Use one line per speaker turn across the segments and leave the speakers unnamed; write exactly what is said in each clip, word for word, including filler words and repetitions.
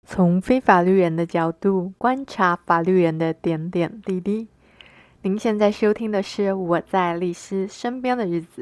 从非法律人的角度观察法律人的点点滴滴。您现在收听的是《我在律师身边的日子》。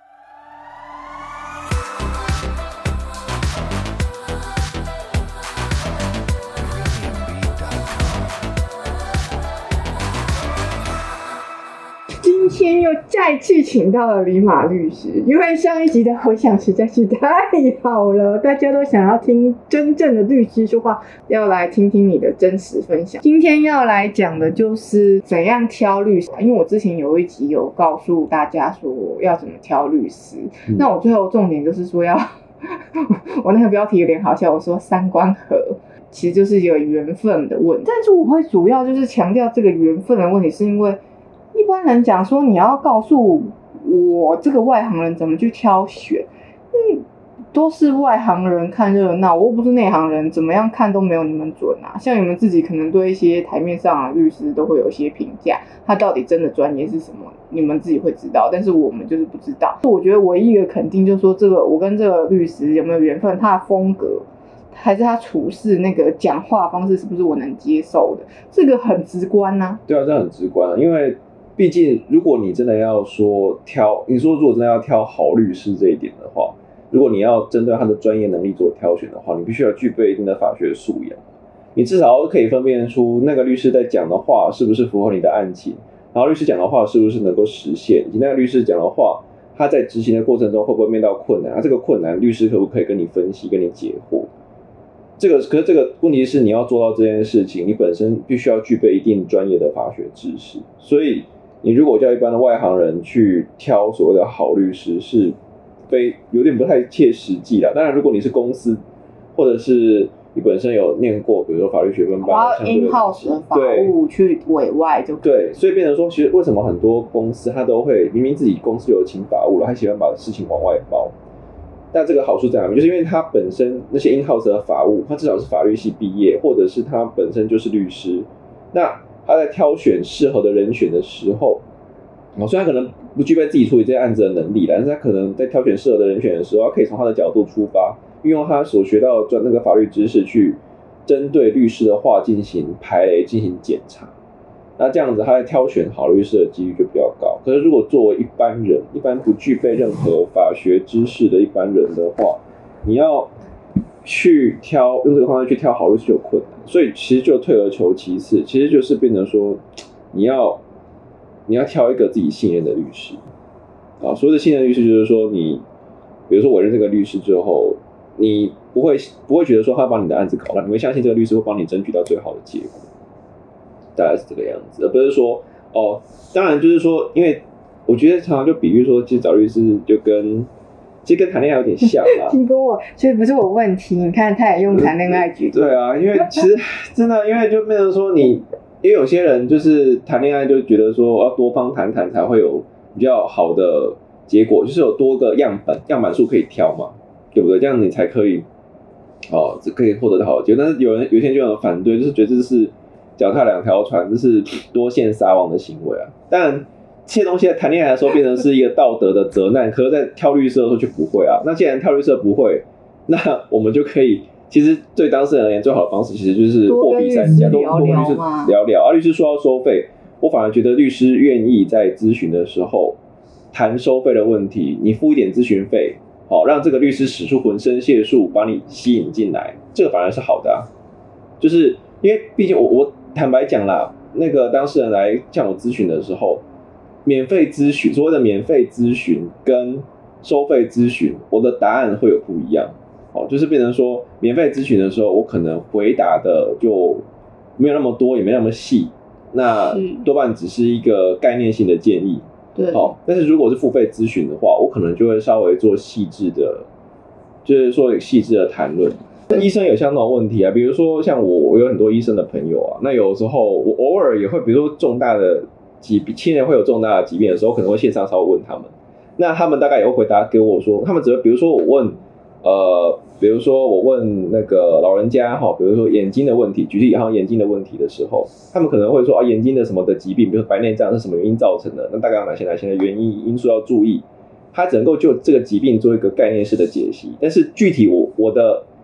今天又再次请到了李马律师，因为上一集的回响实在是太好了，大家都想要听真正的律师说话，要来听听你的真实分享。今天要来讲的就是怎样挑律师，因为我之前有一集有告诉大家说要怎么挑律师，嗯、那我最后重点就是说要我那个标题有点好笑，我说三观合其实就是有缘分的问题，但是我会主要就是强调这个缘分的问题，是因为一般人讲说你要告诉我这个外行人怎么去挑选，嗯，都是外行人看热闹，我又不是内行人，怎么样看都没有你们准啊。像你们自己可能对一些台面上的律师都会有一些评价，他到底真的专业是什么，你们自己会知道，但是我们就是不知道。我觉得唯一的肯定就是说，这个我跟这个律师有没有缘分，他的风格还是他处事那个讲话方式是不是我能接受的，这个很直观啊。
对啊，这很直观啊，因为毕竟如果你真的要说挑，你说如果真的要挑好律师这一点的话，如果你要针对他的专业能力做挑选的话，你必须要具备一定的法学素养，你至少可以分辨出那个律师在讲的话是不是符合你的案情，然后律师讲的话是不是能够实现，以及那个律师讲的话他在执行的过程中会不会面到困难，他这个困难律师可不可以跟你分析跟你解惑。这个可是这个问题是你要做到这件事情，你本身必须要具备一定专业的法学知识，所以你如果叫一般的外行人去挑所谓的好律师，是非有点不太切实际啦。当然如果你是公司或者是你本身有念过比如说法律学分班，
我要 in-house 的法务去委外就可以。
对，所以变成说其实为什么很多公司他都会明明自己公司就有请法务了，他喜欢把事情往外包。那这个好处在哪里？就是因为他本身那些 in-house 的法务，他至少是法律系毕业，或者是他本身就是律师，那他在挑选适合的人选的时候，哦，虽然他可能不具备自己处理这些案子的能力，但是他可能在挑选适合的人选的时候，他可以从他的角度出发，运用他所学到的那个法律知识去针对律师的话进行排雷、进行检查。那这样子，他在挑选好律师的几率就比较高。可是，如果作为一般人，一般不具备任何法学知识的一般人的话，你要去挑用这个方式去挑好律师就有困难。所以，其实就退而求其次，其实就是变成说，你要你要挑一个自己信任的律师啊。所谓的信任律师，就是说你，比如说我认这个律师之后，你不会不会觉得说他把你的案子搞烂，你会相信这个律师会帮你争取到最好的结果。大概是这个样子，而不是说哦，当然就是说，因为我觉得常常就比喻说，其实找律师就跟其实跟谈恋爱有点像啦。
听跟我，所以不是我问题，你看他也用谈恋爱举例。
对啊，因为其实真的，因为就变成说你，因为有些人就是谈恋爱就觉得说要多方谈谈才会有比较好的结果，就是有多个样本样板数可以挑嘛，对不对？这样你才可以哦，可以获得好的结果。但是有人有些人就很反对，就是觉得这是脚踏两条船，这是多线撒网的行为啊！当然，这些东西在谈恋爱的时候变成是一个道德的责难，可是在挑律师的时候就不会啊。那既然挑律师不会，那我们就可以，其实对当事人而言，最好的方式其实就是货比三家，多跟律师聊聊。啊，律师说要收费，我反而觉得律师愿意在咨询的时候谈收费的问题，你付一点咨询费，好让这个律师使出浑身解数把你吸引进来，这个反而是好的啊。就是因为毕竟我我。坦白讲啦，那个当事人来向我咨询的时候，免费咨询，所谓的免费咨询跟收费咨询，我的答案会有不一样。哦，就是变成说，免费咨询的时候，我可能回答的就没有那么多，也没那么细，那多半只是一个概念性的建议。
对。
哦，但是如果是付费咨询的话，我可能就会稍微做细致的，就是说细致的谈论。医生有相同的问题啊，比如说像我，我有很多医生的朋友啊，那有时候我偶尔也会，比如说重大的疾病，亲人会有重大的疾病的时候，可能会线上稍微问他们，那他们大概也会回答给我说，他们只会比如说我问，呃，比如说我问那个老人家哈，比如说眼睛的问题，举例好像眼睛的问题的时候，他们可能会说啊，眼睛的什么的疾病，比如说白内障是什么原因造成的，那大概有哪些哪些的原因因素要注意，他只能够就这个疾病做一个概念式的解析，但是具体我我的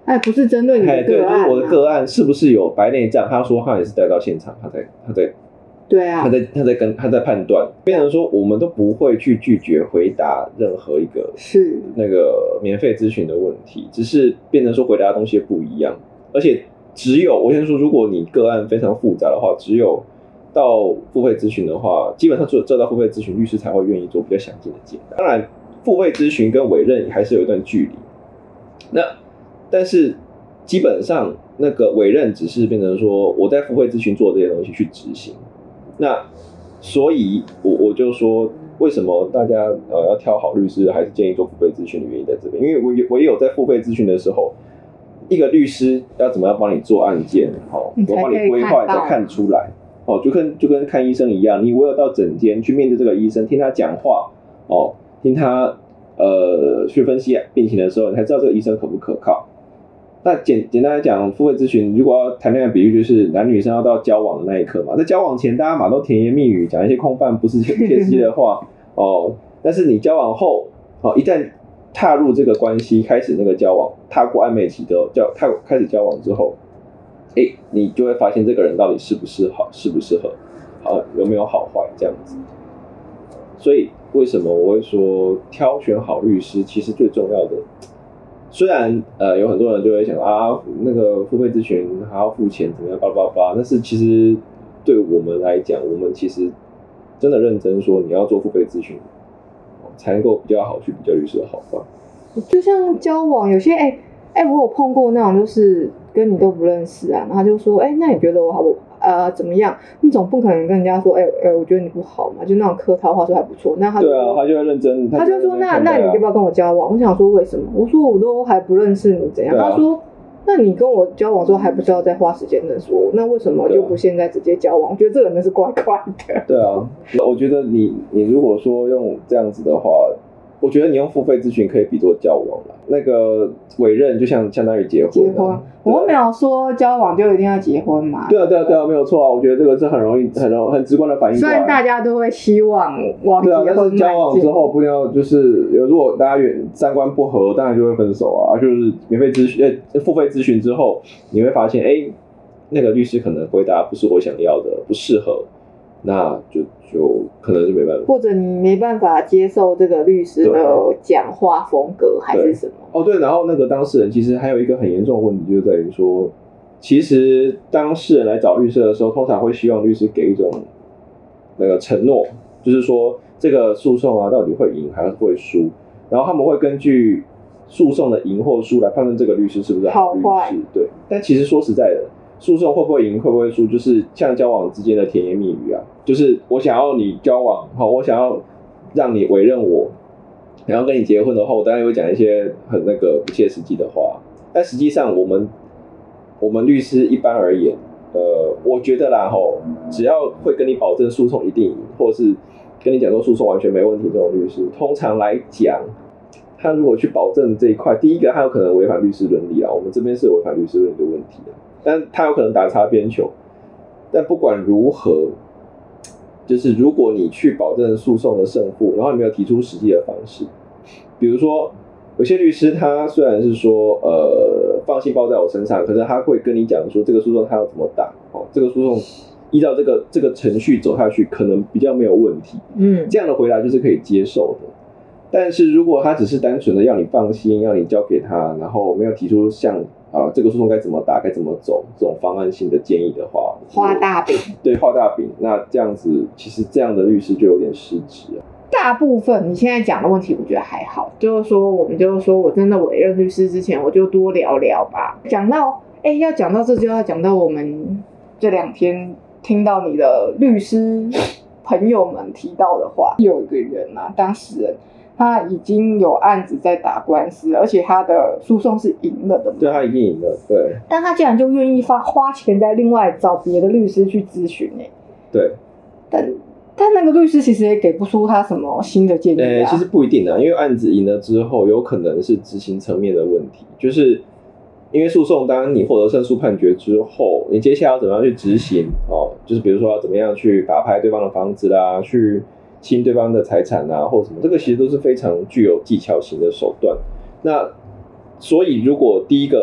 哎，不是针对你的个案、啊，
对，就是我的个案是不是有白内障？他说他也是带到现场，他在他在
对啊，
他在他在跟他在判断，变成说我们都不会去拒绝回答任何一个
是
那个免费咨询的问题，只是变成说回答的东西不一样，而且只有我先说，如果你个案非常复杂的话，只有到付费咨询的话，基本上只有做到付费咨询，律师才会愿意做比较详尽的解答。当然，付费咨询跟委任还是有一段距离。那但是基本上那个委任只是变成说我在付费咨询做这些东西去执行。那所以我我就说，为什么大家呃要挑好律师，还是建议做付费咨询的原因在这边，因为我我也有在付费咨询的时候。一个律师要怎么样帮你做案件，好，我帮你规划，你才看出来，哦，就跟就跟看医生一样，你唯有到诊间去面对这个医生，听他讲话，哦，听他呃去分析病情的时候，你才知道这个医生可不可靠。那简简单来讲，付费咨询如果要谈恋爱比喻，就是男女生要到交往的那一刻嘛，在交往前大家嘛都甜言蜜语，讲一些空泛不是切实际的话，哦，但是你交往后，哦，一旦踏入这个关系，开始那个交往，踏过暧昧期的交，踏开始交往之后，哎，你就会发现这个人到底适不适好，适不适合，好有没有好坏这样子。所以为什么我会说挑选好律师，其实最重要的，虽然呃有很多人就会想啊，那个付费咨询还要付钱，怎么样，巴拉巴拉巴拉，但是其实对我们来讲，我们其实真的认真说，你要做付费咨询。才能够比较好去比较律师的好坏。
就像交往，有些哎哎、欸欸，我有碰过那种，就是跟你都不认识啊，然后他就说，哎、欸，那你觉得我好不呃怎么样？你总不可能跟人家说，哎、欸、哎、欸，我觉得你不好嘛，就那种客套话说还不错。那他
对啊，他就会认真，
他就说，那那你要不要跟我交往？我想说为什么？我说我都还不认识你，怎样？啊、他说。那你跟我交往之后还不是要再花时间认识我？那为什么就不现在直接交往？我觉得这个人真是怪怪的。
对啊，我觉得你你如果说用这样子的话，我觉得你用付费咨询可以比作交往了。那个委任就像相当于结婚。
结婚，我没有说交往就一定要结婚嘛。
对啊，对啊，对啊，没有错啊。我觉得这个是很容易、很容很直观的反应。
虽然大家都会希望往结婚迈进，
对啊，但是交往之后不一定要就是如果大家远三观不合，当然就会分手啊。就是免费咨询、呃付费咨询之后，你会发现，哎，那个律师可能回答不是我想要的，不适合，那就就可能就没办法。
或者你没办法接受这个律师的讲话风格，还是什么？
哦，对，然后那个当事人其实还有一个很严重的问题，就在于说，其实当事人来找律师的时候，通常会希望律师给一种那个承诺，就是说这个诉讼啊到底会赢还是会输，然后他们会根据诉讼的赢或输来判断这个律师是不是好律师。对，但其实说实在的，诉讼会不会赢会不会输，就是像交往之间的甜言蜜语啊，就是我想要你交往，好，我想要让你委任我。然后跟你结婚的话，我当然会讲一些很那个不切实际的话，但实际上我们我们律师一般而言，呃，我觉得啦吼，只要会跟你保证诉讼一定赢，或者是跟你讲说诉讼完全没问题这种律师，通常来讲，他如果去保证这一块，第一个他有可能违反律师伦理啦，我们这边是违反律师伦理的问题的，但他有可能打擦边球，但不管如何。就是如果你去保证诉讼的胜负，然后你没有提出实际的方式，比如说有些律师他虽然是说呃放心包在我身上，可是他会跟你讲说这个诉讼他要怎么打，哦，这个诉讼依照这个这个程序走下去可能比较没有问题，嗯，这样的回答就是可以接受的。但是如果他只是单纯的要你放心，要你交给他，然后没有提出像啊这个诉讼该怎么打、该怎么走这种方案性的建议的话，
画大饼，
对，画大饼，那这样子其实这样的律师就有点失职了。
大部分你现在讲的问题，我觉得还好，就是说我们就是说我真的委任律师之前，我就多聊聊吧。讲到哎，要讲到这就要讲到我们这两天听到你的律师朋友们提到的话，有一个人啊，当事人。他已经有案子在打官司，而且他的诉讼是赢了的嘛？
对，他已经赢了，对。
但他竟然就愿意花花钱在另外找别的律师去咨询呢？
对。
但但那个律师其实也给不出他什么新的建议啊。
欸、其实不一定啊，因为案子赢了之后，有可能是执行层面的问题，就是因为诉讼，当你获得胜诉判决之后，你接下来要怎么样去执行哦？就是比如说要怎么样去法拍对方的房子啦，去。侵对方的财产啊，或什么，这个其实都是非常具有技巧型的手段。那所以，如果第一个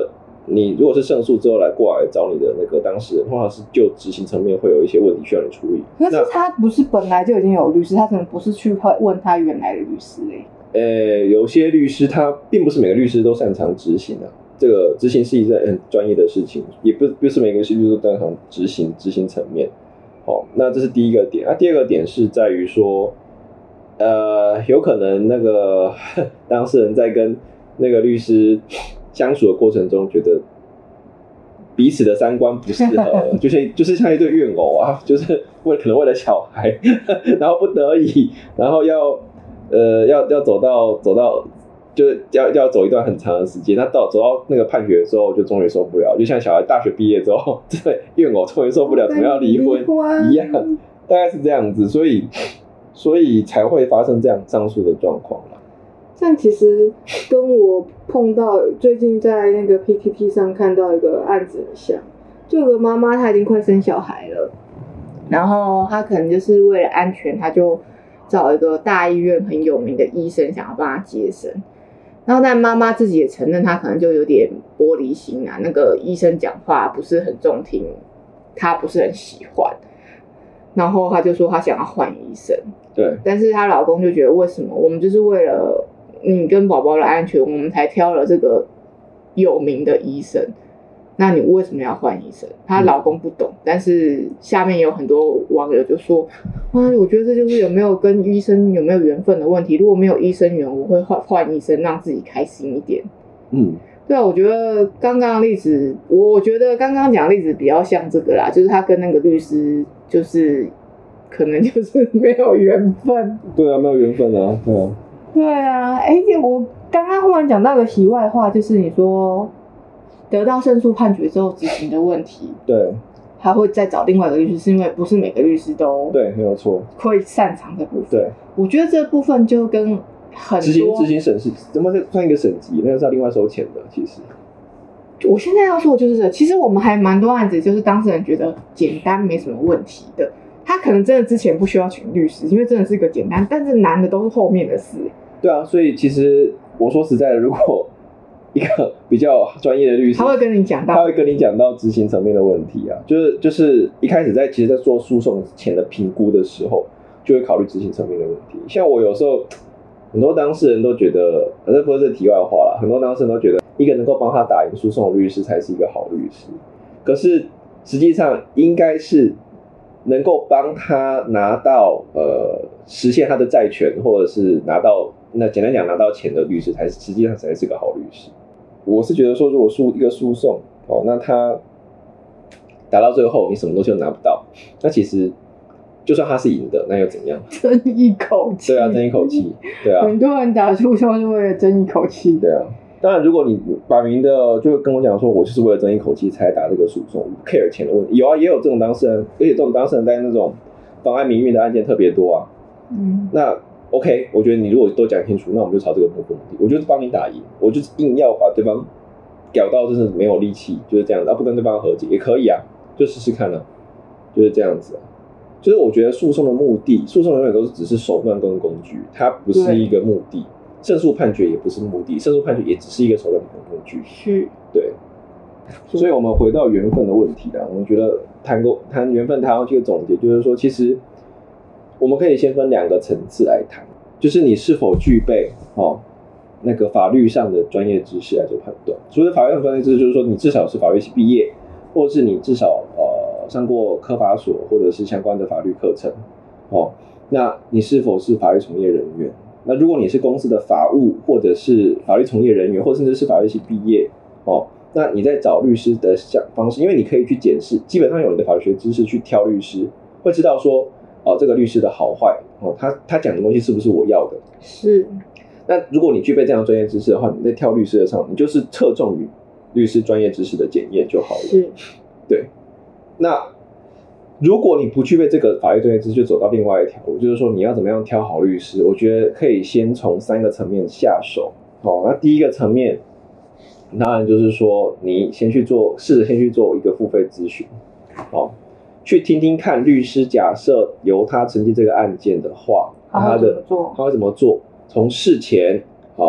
你如果是胜诉之后来过来找你的那个当事人，通常是就执行层面会有一些问题需要你处理。
可是他不是本来就已经有律师，他可能不是去问他原来的律师哎、
欸。呃，有些律师他并不是每个律师都擅长执行啊，这个执行是一件很专业的事情，也不不是每个律师都擅长执行执行层面。哦，那这是第一个点。那、啊、第二个点是在于说，呃，有可能那个当事人在跟那个律师相处的过程中，觉得彼此的三观不适合，就是就是像一对怨偶啊，就是为可能为了小孩，然后不得已，然后要呃要要走到走到。就是要要走一段很长的时间，那到走到那个判决的时候，就终于受不了，就像小孩大学毕业之后，对怨偶终于受不了，怎么要离婚一样，大概是这样子，所以所以才会发生这样上述的状况啦。
这样其实跟我碰到最近在那个 P T T 上看到一个案子很像，就有个妈妈她已经快生小孩了，然后她可能就是为了安全，她就找一个大医院很有名的医生想要帮她接生。然后但妈妈自己也承认，她可能就有点玻璃心啊，那个医生讲话不是很中听，她不是很喜欢。然后她就说她想要换医生，
对。
但是她老公就觉得为什么？我们就是为了你跟宝宝的安全，我们才挑了这个有名的医生。那你为什么要换医生？她老公不懂，嗯、但是下面有很多网友就说：“啊，我觉得这就是有没有跟医生有没有缘分的问题。如果没有医生缘，我会换换医生，让自己开心一点。”嗯，对啊，我觉得刚刚的例子，我觉得刚刚讲的例子比较像这个啦，就是他跟那个律师就是可能就是没有缘分。
对啊，没有缘分啊，对啊。
对啊，哎，我刚刚忽然讲到个题外话，就是你说。得到胜诉判决之后执行的问题，
对，
他会再找另外一个律师，是因为不是每个律师都
对，没有错，
会擅长这部分。
对，
我觉得这部分就跟很多
执行执行审视，怎么算一个审级，那个是要另外收钱的。其实，
我现在要说的就是这，其实我们还蛮多案子，就是当事人觉得简单没什么问题的，他可能真的之前不需要请律师，因为真的是一个简单，但是难的都是后面的事。
对啊，所以其实我说实在的，如果一个比较专业的律师，
他会跟你讲到，
他会跟你讲到执行层面的问题啊，就是就是一开始在其实，在做诉讼前的评估的时候，就会考虑执行层面的问题。像我有时候很多当事人都觉得，这不是题外话啦，很多当事人都觉得一个能够帮他打赢诉讼的律师才是一个好律师，可是实际上应该是能够帮他拿到呃实现他的债权，或者是拿到那简单讲拿到钱的律师才实际上才是个好律师。我是觉得说，如果诉一个诉讼哦，那他打到最后你什么东西都拿不到，那其实就算他是赢的，那又怎样？
争一口气。
对啊，争一口气。对啊，
很多人打诉讼是为了争一口气。
对啊，当然如果你摆明的就跟我讲说，我就是为了争一口气才打这个诉讼，不 care 钱的问题，有啊，也有这种当事人，而且这种当事人在那种妨碍名誉的案件特别多啊。嗯，那。OK， 我觉得你如果都讲清楚，那我们就朝这个目的。我就是帮你打赢，我就是硬要把对方搞到就是没有力气，就是这样子，啊，不跟对方和解也可以啊，就试试看啊，就是这样子啊。就是我觉得诉讼的目的，诉讼永远都是只是手段跟工具，它不是一个目的。胜诉判决也不是目的，胜诉判决也只是一个手段跟工具。
是，
对。所以我们回到缘分的问题啦，我们觉得谈过谈缘分，谈到这个总结，就是说其实。我们可以先分两个层次来谈，就是你是否具备哦那个法律上的专业知识来做判断。所谓的法律上的专业知识，就是说你至少是法律系毕业，或者是你至少呃上过科法所或者是相关的法律课程哦。那你是否是法律从业人员？那如果你是公司的法务或者是法律从业人员，或甚至是法律系毕业哦，那你在找律师的方式，因为你可以去检视，基本上有你的法律学知识去挑律师，会知道说。哦，这个律师的好坏哦，他他讲的东西是不是我要的？
是。
那如果你具备这样专业知识的话，你在挑律师的上，你就是侧重于律师专业知识的检验就好了。
是。
对。那如果你不具备这个法律专业知识，就走到另外一条路，就是说你要怎么样挑好律师？我觉得可以先从三个层面下手。哦，那第一个层面，当然就是说你先去做，试着先去做一个付费咨询。哦。去听听看律师假设由他承接这个案件的话，他的他会怎么做？从事前、哦、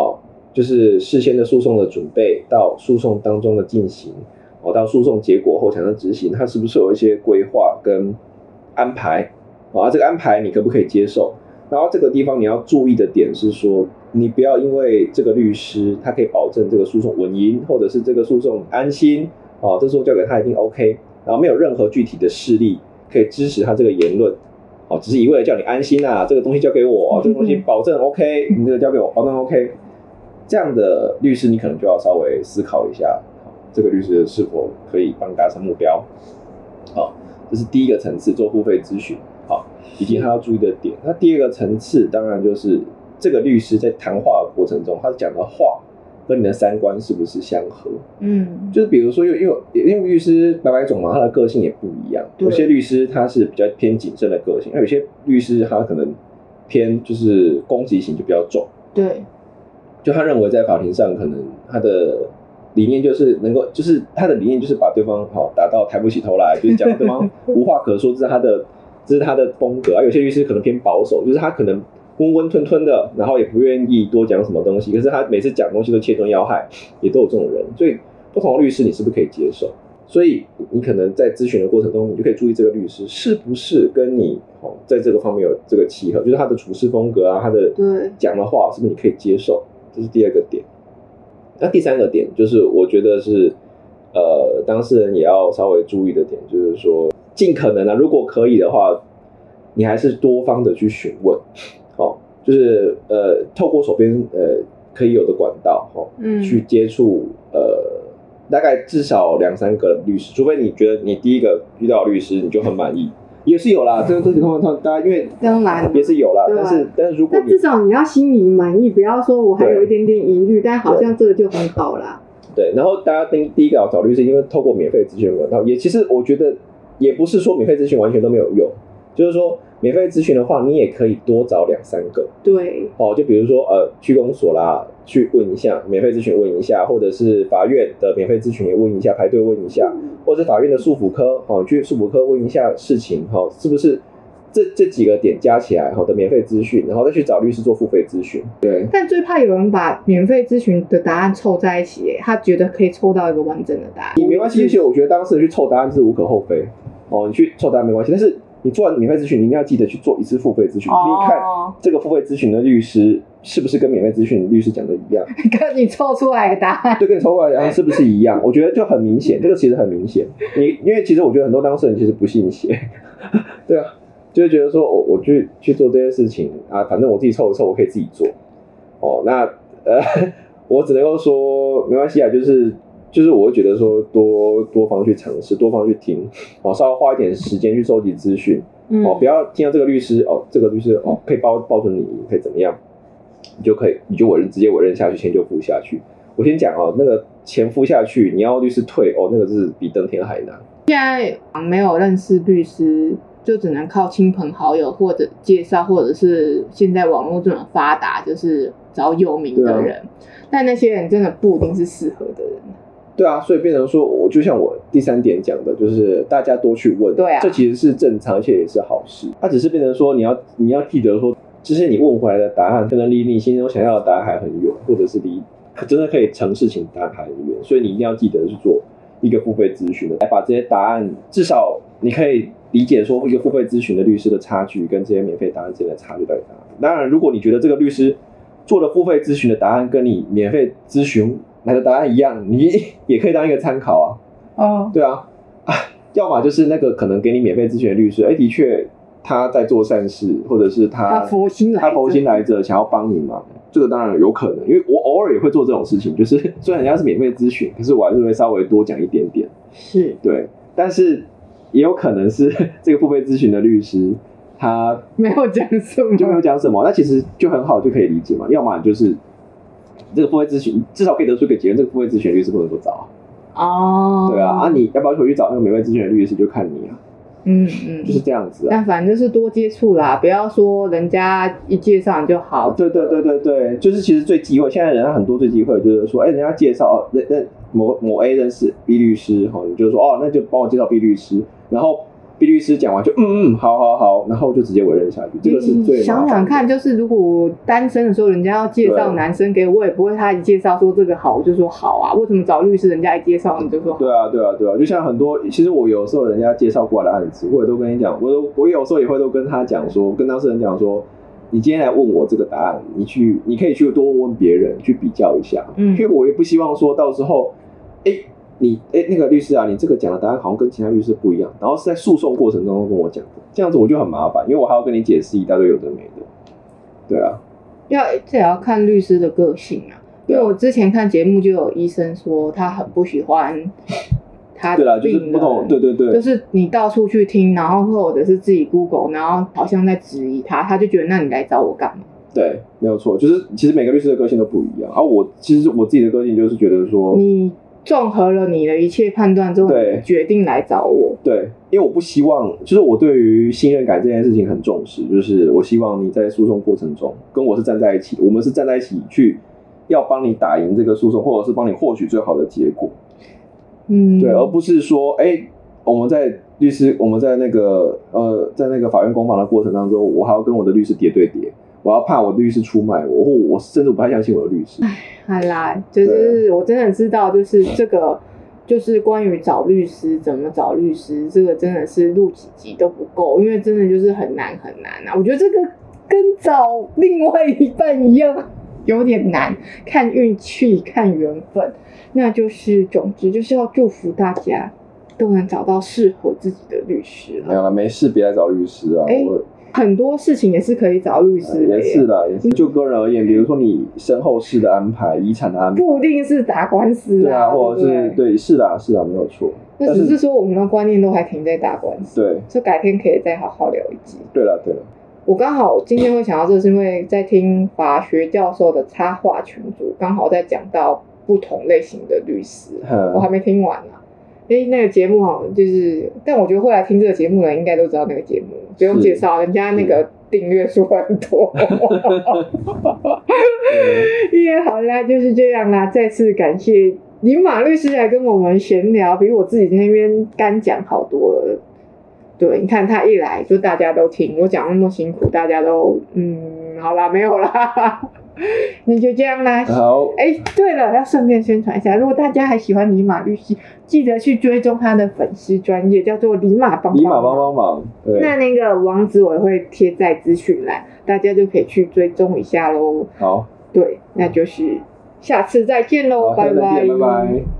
就是事先的诉讼的准备到诉讼当中的进行，哦，到诉讼结果后才能执行，它是不是有一些规划跟安排？啊，这个安排你可不可以接受？然后这个地方你要注意的点是说，你不要因为这个律师他可以保证这个诉讼稳赢，或者是这个诉讼安心，哦，这诉讼交给他一定 OK， 然后没有任何具体的事例可以支持他这个言论，哦，只是一味的叫你安心啊，这个东西交给我，这个东西保证 OK， 你这个交给我保证 OK， 这样的律师你可能就要稍微思考一下，这个律师是否可以帮你达成目标，好，这是第一个层次做付费咨询。好，以及他要注意的点。那第二个层次，当然就是这个律师在谈话的过程中，他讲的话跟你的三观是不是相合？
嗯，
就是比如说，因为因为律师百百种嘛，他的个性也不一样。有些律师他是比较偏谨慎的个性，那有些律师他可能偏就是攻击性就比较重。
对，
就他认为在法庭上，可能他的理念就是能够，就是他的理念就是把对方好打到抬不起头来，就是讲对方无话可说，这是他的。这是他的风格啊，有些律师可能偏保守，就是他可能温温吞吞的，然后也不愿意多讲什么东西，可是他每次讲东西都切中要害，也都有这种人，所以不同的律师你是不是可以接受？所以你可能在咨询的过程中，你就可以注意这个律师是不是跟你哦在这个方面有这个契合，就是他的处事风格啊，他的讲的话是不是你可以接受？这是第二个点。那第三个点就是我觉得是呃当事人也要稍微注意的点，就是说。尽可能啊，如果可以的话，你还是多方的去询问，哦，就是呃，透过手边呃可以有的管道，哦，嗯，去接触呃，大概至少两三个律师，除非你觉得你第一个遇到的律师你就很满意，也是有啦，这个这个通常大家因为
当然
也是有啦，但是但是如果
你至少你要心里满意，不要说我还有一点点疑虑，但好像这个就很好啦。
对，然后大家第第一个要找律师，因为透过免费咨询管道，也其实我觉得。也不是说免费咨询完全都没有用，就是说免费咨询的话，你也可以多找两三个。
对，
哦，就比如说呃，区公所啦，去问一下免费咨询问一下，或者是法院的免费咨询也问一下，排队问一下，或者是法院的诉辅科，哦，去诉辅科问一下事情，哦，是不是这这几个点加起来好的免费咨询，然后再去找律师做付费咨询。对，
但最怕有人把免费咨询的答案凑在一起，耶，他觉得可以抽到一个完整的答案。
你没关系，其实我觉得当事人去凑答案是无可厚非。哦，你去凑答案没关系，但是你做完免费咨询，你一定要记得去做一次付费咨询，哦，你看这个付费咨询的律师是不是跟免费咨询律师讲的一样，
跟你凑出来的答案，
对，跟你凑出来的答案是不是一样？我觉得就很明显，这个其实很明显。你因为其实我觉得很多当事人其实不信邪，对啊，就会觉得说我我去去做这些事情啊，反正我自己凑一凑，我可以自己做。哦，那呃，我只能够说没关系啊，就是。就是我会觉得说多多方去尝试，多方去听，哦，稍微花一点时间去收集资讯，嗯，哦，不要听到这个律师哦，这个律师哦可以包包准你可以怎么样，你就可以你就委任直接委任下去，钱就付下去。我先讲哦，那个钱付下去，你要律师退哦，那个是比登天还难。
现在没有认识律师，就只能靠亲朋好友或者介绍，或者是现在网络这么发达，就是找有名的人，啊，但那些人真的不一定是适合的人。
对啊，所以变成说，我就像我第三点讲的，就是大家多去问，
对啊，这
其实是正常，而且也是好事。它只是变成说，你要你要记得说，这些你问回来的答案，可能离你心中想要的答案还很远，或者是离真的可以成事情答案还很远，所以你一定要记得去做一个付费咨询的，来把这些答案，至少你可以理解说一个付费咨询的律师的差距跟这些免费答案之间的差距到底在哪里。当然，如果你觉得这个律师做的付费咨询的答案跟你免费咨询来的答案一样，你也可以当一个参考啊。
哦，
对啊，啊，要么就是那个可能给你免费咨询的律师，哎，的确他在做善事，或者是他
他佛心来，
他佛心来着，想要帮你嘛，这个当然有可能，因为我偶尔也会做这种事情，就是虽然人家是免费咨询，可是我还是会稍微多讲一点点。
是，
对，但是也有可能是这个付费咨询的律师他
没有讲什么，
就没有讲什么，那其实就很好，就可以理解嘛。要么就是这个付费咨询，至少可以得出一个结论，这个付费咨询律师不能够找。
哦，
对啊，啊，你要不要回去找那个免费咨询的律师，就看你啊。
嗯嗯，
就是这样子啊。
但反正就是多接触啦，不要说人家一介绍你就好。
对对对对对，就是其实最忌讳，现在人很多最忌讳就是说，哎，人家介绍认认某某 A 认识 B 律师，哈，你就说哦，那就帮我介绍 B 律师，然后 B 律师讲完就嗯嗯好好好，然后就直接委任下去，这个是最麻烦的。
想想看，就是如果我单身的时候，人家要介绍男生给我，我也不会他一介绍说这个好，我就说好啊。为什么找律师，人家一介绍你就说好？
对啊，对啊，对啊，就像很多，其实我有时候人家介绍过来的案子，我也都跟你讲，我都我有时候也会都跟他讲说，跟当事人讲说，你今天来问我这个答案，你去你可以去多问问别人，去比较一下，嗯，因为我也不希望说到时候，哎。你哎，那个律师啊，你这个讲的答案好像跟其他律师不一样，然后是在诉讼过程中跟我讲的，这样子我就很麻烦，因为我还要跟你解释一大堆有的没的。对啊，
要这也要看律师的个性啊。因为我之前看节目就有医生说他很不喜欢他的病人，对啦，就是不同，
对对对，
就是你到处去听，然后或者是自己 Google， 然后好像在质疑他，他就觉得那你来找我干嘛？
对，没有错，就是其实每个律师的个性都不一样，而、啊、我其实我自己的个性就是觉得说
你。综合了你的一切判断之后，你决定来找我。
对，因为我不希望，就是我对于信任感这件事情很重视，就是我希望你在诉讼过程中跟我是站在一起，我们是站在一起去要帮你打赢这个诉讼，或者是帮你获取最好的结果。嗯，对，而不是说，哎、欸，我们在律师，我们在那个呃，在那个法院攻防的过程当中，我还要跟我的律师叠对叠。我要怕我的律师出卖我，或我甚至不太相信我的律师。
哎，好啦，就是我真的知道，就是这个，就是关于找律师怎么找律师，这个真的是录几集都不够，因为真的就是很难很难啊。我觉得这个跟找另外一半一样，有点难，看运气，看缘分。那就是总之就是要祝福大家都能找到适合自己的律师了。
没有啦，没事别来找律师啊。
欸我很多事情也是可以找律师的、
欸，也是的，也是。就个人而言，比如说你身后事的安排、遗产的安排，
不一定是打官司啊，
对啊，或者是 对, 对，是的，是的，没有错。
那只是说我们的观念都还停在打官司，
对，
这改天可以再好好聊一集。
对了，对了。
我刚好今天会想到这，是因为在听法学教授的插画群组，刚好在讲到不同类型的律师，我还没听完啊。哎，那个节目好像就是，但我觉得会来听这个节目的人应该都知道那个节目，不用介绍，人家那个订阅数很多。也好啦，就是这样啦。再次感谢林马律师来跟我们闲聊，比我自己那边干讲好多了。对，你看他一来就大家都听，我讲那么辛苦，大家都嗯，好啦，没有啦。那就这样啦。
好，
哎，对了，要顺便宣传一下，如果大家还喜欢李马律师，记得去追踪他的粉丝专页，叫做李马帮帮忙。
李马帮帮忙。对。
那那个网址我也会贴在资讯栏，大家就可以去追踪一下喽。
好。
对，那就是下次再见喽，拜拜。
拜拜。